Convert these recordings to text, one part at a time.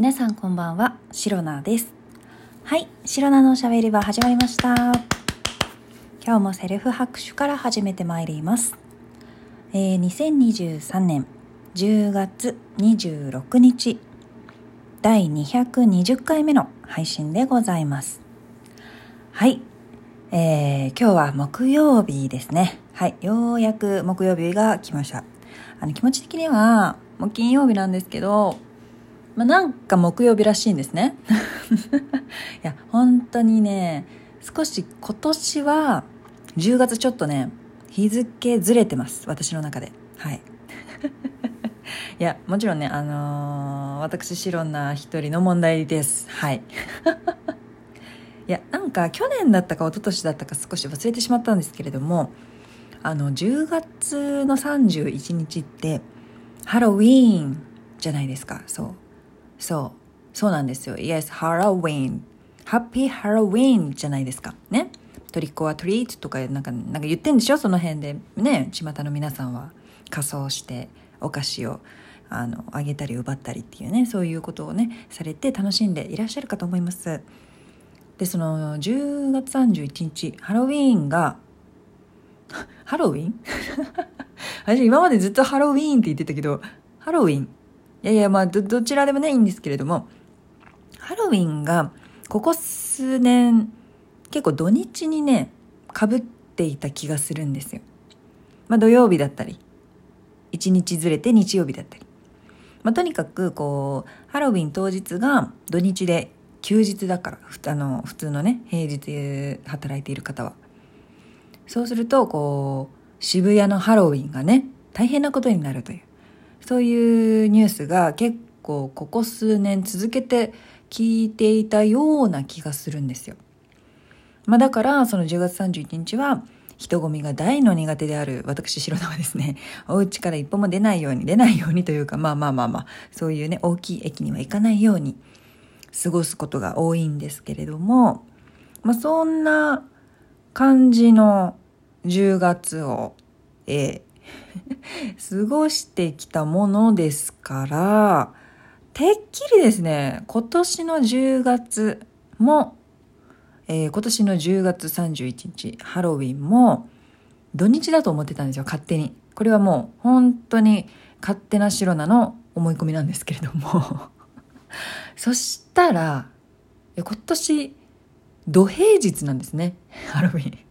皆さんこんばんは、シロナです。はい、シロナのおしゃべりは始まりました。今日もセルフ拍手から始めてまいります。2023年10月26日第220回目の配信でございます。はい、今日は木曜日ですね。はい、ようやく木曜日が来ました。気持ち的にはもう金曜日なんですけど、なんか木曜日らしいんですね。いや本当にね、少し今年は10月ちょっとね日付ずれてます、私の中で。はい。いやもちろんね、私シロンな一人の問題です。はい。いやなんか去年だったか一昨年だったか少し忘れてしまったんですけれども、10月の31日ってハロウィーンじゃないですか。そうなんですよ。 Yes, Halloween Happy Halloween じゃないですかね。トリックオアトリートとかなんか言ってんでしょ、その辺でね。巷の皆さんは仮装してお菓子をあげたり奪ったりっていうね、そういうことをねされて楽しんでいらっしゃるかと思います。でその10月31日ハロウィーンがハロウィン私今までずっとハロウィーンって言ってたけど、ハロウィン、いやどちらでもねいいんですけれども、ハロウィンがここ数年結構土日にね被っていた気がするんですよ。土曜日だったり1日ずれて日曜日だったり、とにかくこうハロウィン当日が土日で休日だから、普通のね平日働いている方はそうするとこう渋谷のハロウィンがね大変なことになるという、そういうニュースが結構ここ数年続けて聞いていたような気がするんですよ。だからその10月31日は人混みが大の苦手である私白田はですね、お家から一歩も出ないようにというか、そういうね大きい駅には行かないように過ごすことが多いんですけれども、そんな感じの10月を過ごしてきたものですから、てっきりですね今年の10月も、今年の10月31日ハロウィンも土日だと思ってたんですよ、勝手に。これはもう本当に勝手な白菜の思い込みなんですけれどもそしたら今年土平日なんですね、ハロウィン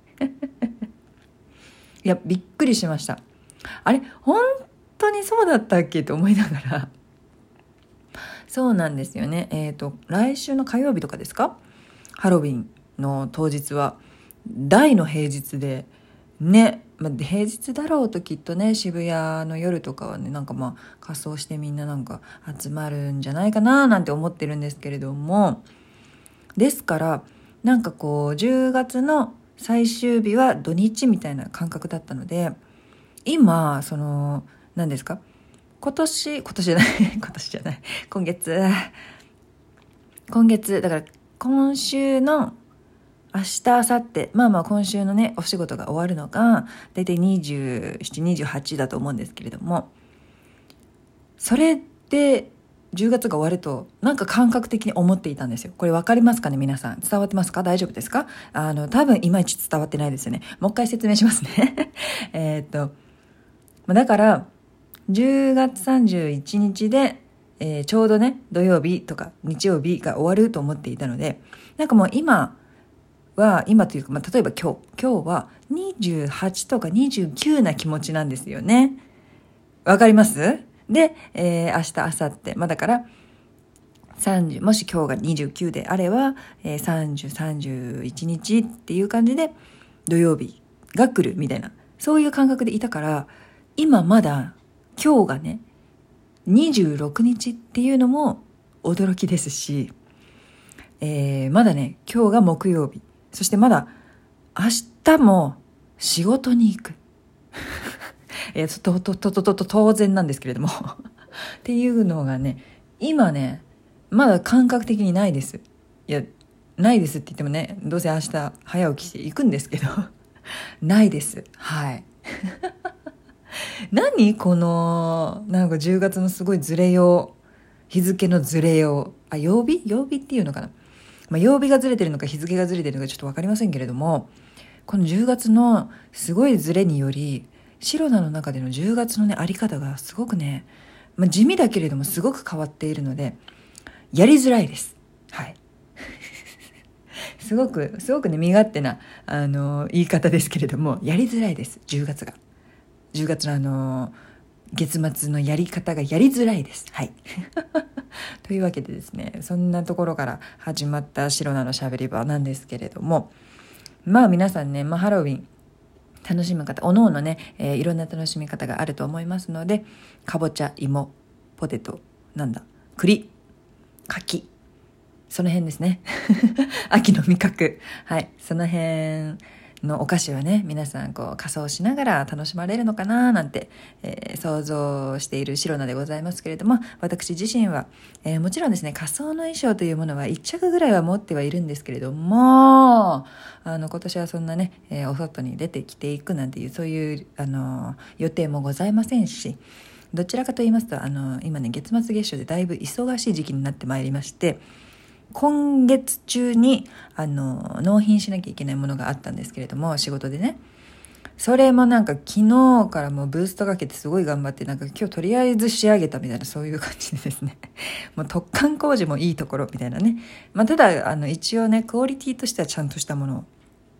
いやびっくりしました。あれ本当にそうだったっけと思いながら、そうなんですよね。来週の火曜日とかですか、ハロウィンの当日は大の平日でね、平日だろうときっとね、渋谷の夜とかはね仮装してみんな集まるんじゃないかななんて思ってるんですけれども、ですからこう10月の最終日は土日みたいな感覚だったので、今何ですか、今月だから今週の明日明後日今週のねお仕事が終わるのがだいたい27、28だと思うんですけれども、それで10月が終わると感覚的に思っていたんですよ。これ分かりますかね、皆さん。伝わってますか？大丈夫ですか？多分いまいち伝わってないですよね。もう一回説明しますねだから10月31日で、ちょうどね土曜日とか日曜日が終わると思っていたので、もう今というか、例えば今日は28とか29な気持ちなんですよね。わかります？で、明日明後日だから30、もし今日が29であれば、30、31日っていう感じで土曜日が来るみたいな、そういう感覚でいたから、今まだ今日がね26日っていうのも驚きですし、まだね今日が木曜日、そしてまだ明日も仕事に行く当然なんですけれどもっていうのがね今ねまだ感覚的にないです。いやないですって言ってもね、どうせ明日早起きして行くんですけどないです。はい何この10月のすごいズレよう、 日付のずれを、曜日っていうのかな。曜日がずれてるのか日付がずれてるのかちょっとわかりませんけれども、この10月のすごいずれにより、シロナの中での10月のね、あり方がすごくね、地味だけれどもすごく変わっているので、やりづらいです。はい。すごくね、身勝手な、言い方ですけれども、やりづらいです、10月が。10月の月末のやり方がやりづらいです。はい。というわけでですね、そんなところから始まったシロナのしゃべり場なんですけれども、皆さんね、ハロウィン楽しむ方、おのおのね、いろんな楽しみ方があると思いますので、かぼちゃ、芋、ポテト、栗、柿、その辺ですね。秋の味覚。はい。その辺のお菓子はね、皆さん仮装しながら楽しまれるのかななんて、想像しているシロナでございますけれども、私自身は、もちろんですね、仮装の衣装というものは1着ぐらいは持ってはいるんですけれども、今年はそんなね、お外に出てきていくなんていう、そういう、予定もございませんし、どちらかと言いますと、今ね、月末月初でだいぶ忙しい時期になってまいりまして、今月中に納品しなきゃいけないものがあったんですけれども、仕事でね、それも昨日からもうブーストかけてすごい頑張って、今日とりあえず仕上げたみたいな、そういう感じでですねもう突貫工事もいいところみたいなね、ただ一応ね、クオリティとしてはちゃんとしたものを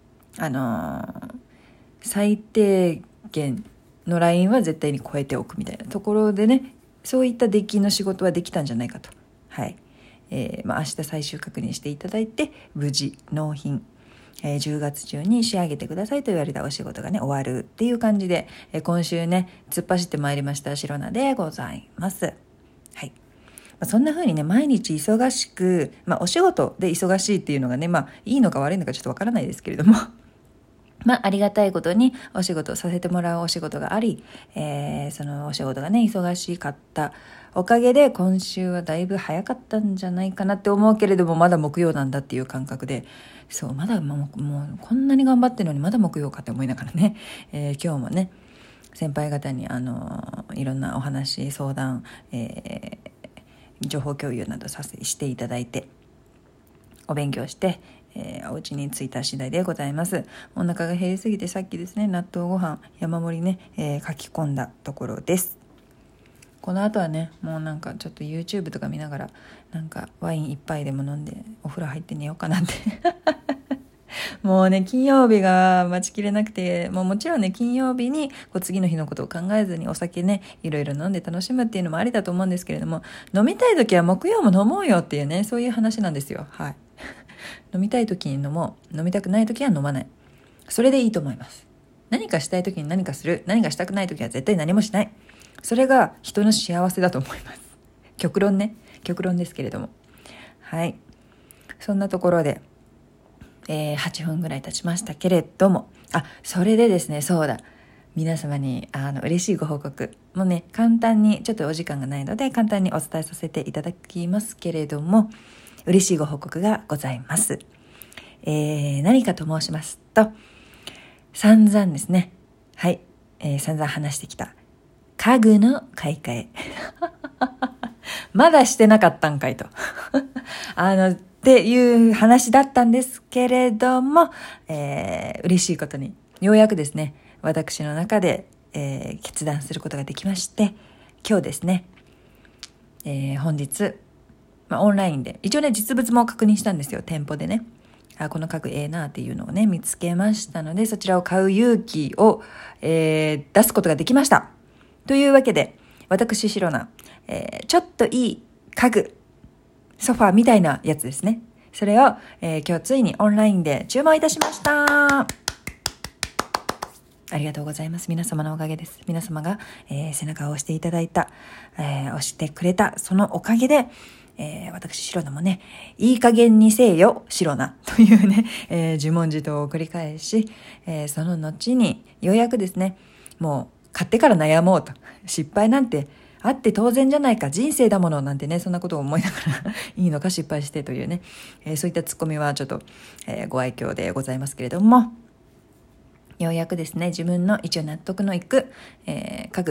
最低限のラインは絶対に超えておくみたいなところでね、そういった出来の仕事はできたんじゃないかと。はい。明日最終確認していただいて、無事納品、10月中に仕上げてくださいと言われたお仕事がね、終わるっていう感じで、今週ね、突っ走ってまいりましたシロナでございます。はい。そんな風にね、毎日忙しく、お仕事で忙しいっていうのがね、いいのか悪いのかちょっとわからないですけれども、ありがたいことにお仕事をさせてもらうお仕事があり、そのお仕事がね、忙しかったおかげで今週はだいぶ早かったんじゃないかなって思うけれども、まだ木曜なんだっていう感覚で、まだもうこんなに頑張ってるのにまだ木曜かって思いながらね、今日もね、先輩方にいろんなお話、相談、情報共有などしていただいて、お勉強して、お家に着いた次第でございます。お腹が減りすぎてさっきですね、納豆ご飯山盛りね、書き込んだところです。この後はね、もうちょっと YouTube とか見ながらワイン一杯でも飲んでお風呂入って寝ようかなってもうね、金曜日が待ちきれなくて、もちろんね、金曜日に次の日のことを考えずにお酒ね、いろいろ飲んで楽しむっていうのもありだと思うんですけれども、飲みたい時は木曜も飲もうよっていうね、そういう話なんですよ。はい。飲みたい時に飲もう。飲みたくない時は飲まない。それでいいと思います。何かしたい時に何かする。何かしたくない時は絶対何もしない。それが人の幸せだと思います。極論ですけれども。はい。そんなところで、8分ぐらい経ちましたけれども、それでですね、そうだ。皆様に嬉しいご報告もね、簡単に、ちょっとお時間がないので簡単にお伝えさせていただきますけれども、嬉しいご報告がございます。何かと申しますと、散々ですね、はい、散々話してきた家具の買い替えまだしてなかったんかいとっていう話だったんですけれども、嬉しいことにようやくですね、私の中で、決断することができまして、今日ですね、本日、オンラインで一応ね、実物も確認したんですよ、店舗でね。この家具なっていうのをね、見つけましたので、そちらを買う勇気を、出すことができました。というわけで、私シロナ、ちょっといい家具、ソファーみたいなやつですね。それを、今日ついにオンラインで注文いたしました。ありがとうございます。皆様のおかげです。皆様が、背中を押していただいた、押してくれた、そのおかげで、私、シロナもね、いい加減にせえよ、シロナというね、自問自答を繰り返し、その後に、ようやくですね、もう、買ってから悩もうと。失敗なんてあって当然じゃないか、人生だものなんてね、そんなことを思いながらいいのか失敗してというね、そういったツッコミはちょっと、ご愛嬌でございますけれども、ようやくですね、自分の一応納得のいく、家具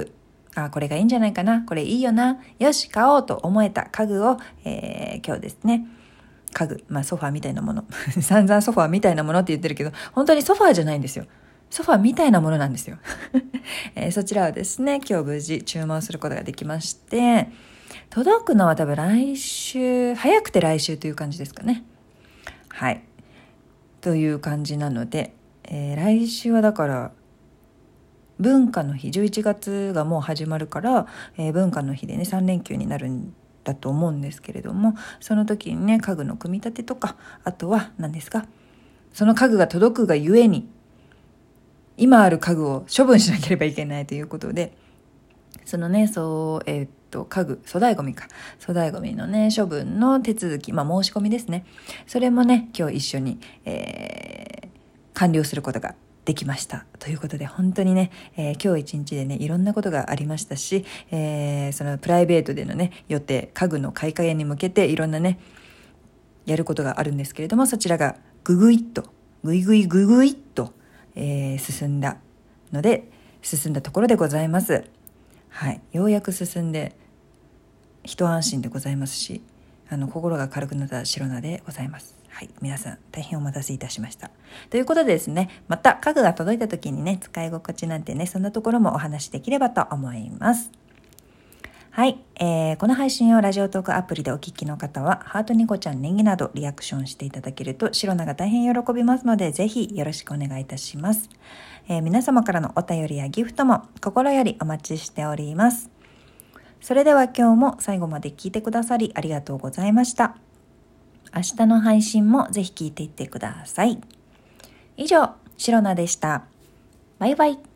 これがいいんじゃないかな、これいいよな、よし買おうと思えた家具を、今日ですね、家具、ソファーみたいなもの散々ソファーみたいなものって言ってるけど、本当にソファーじゃないんですよ。ソファーみたいなものなんですよ、そちらをですね、今日無事注文することができまして、届くのは多分来週、早くて来週という感じですかね。はい。という感じなので、来週はだから文化の日、11月がもう始まるから、文化の日でね3連休になるんだと思うんですけれども、その時にね家具の組み立てとか、あとは何ですか、その家具が届くがゆえに今ある家具を処分しなければいけないということで、そのね家具、粗大ごみのね処分の手続き、申し込みですね、それもね今日一緒に、完了することができましたということで、本当にね、今日一日でねいろんなことがありましたし、そのプライベートでのね予定、家具の買い替えに向けていろんなねやることがあるんですけれども、そちらがぐいぐいっと、進んだところでございます。はい、ようやく進んで一安心でございますし、心が軽くなった白菜でございます。はい、皆さん大変お待たせいたしました。ということでですね、また家具が届いた時にね、使い心地なんてね、そんなところもお話しできればと思います。はい、この配信をラジオトークアプリでお聞きの方は、ハートニコちゃん、ネギなどリアクションしていただけると白菜が大変喜びますので、ぜひよろしくお願いいたします。皆様からのお便りやギフトも心よりお待ちしております。それでは今日も最後まで聞いてくださりありがとうございました。明日の配信もぜひ聞いていってください。以上、シロナでした。バイバイ。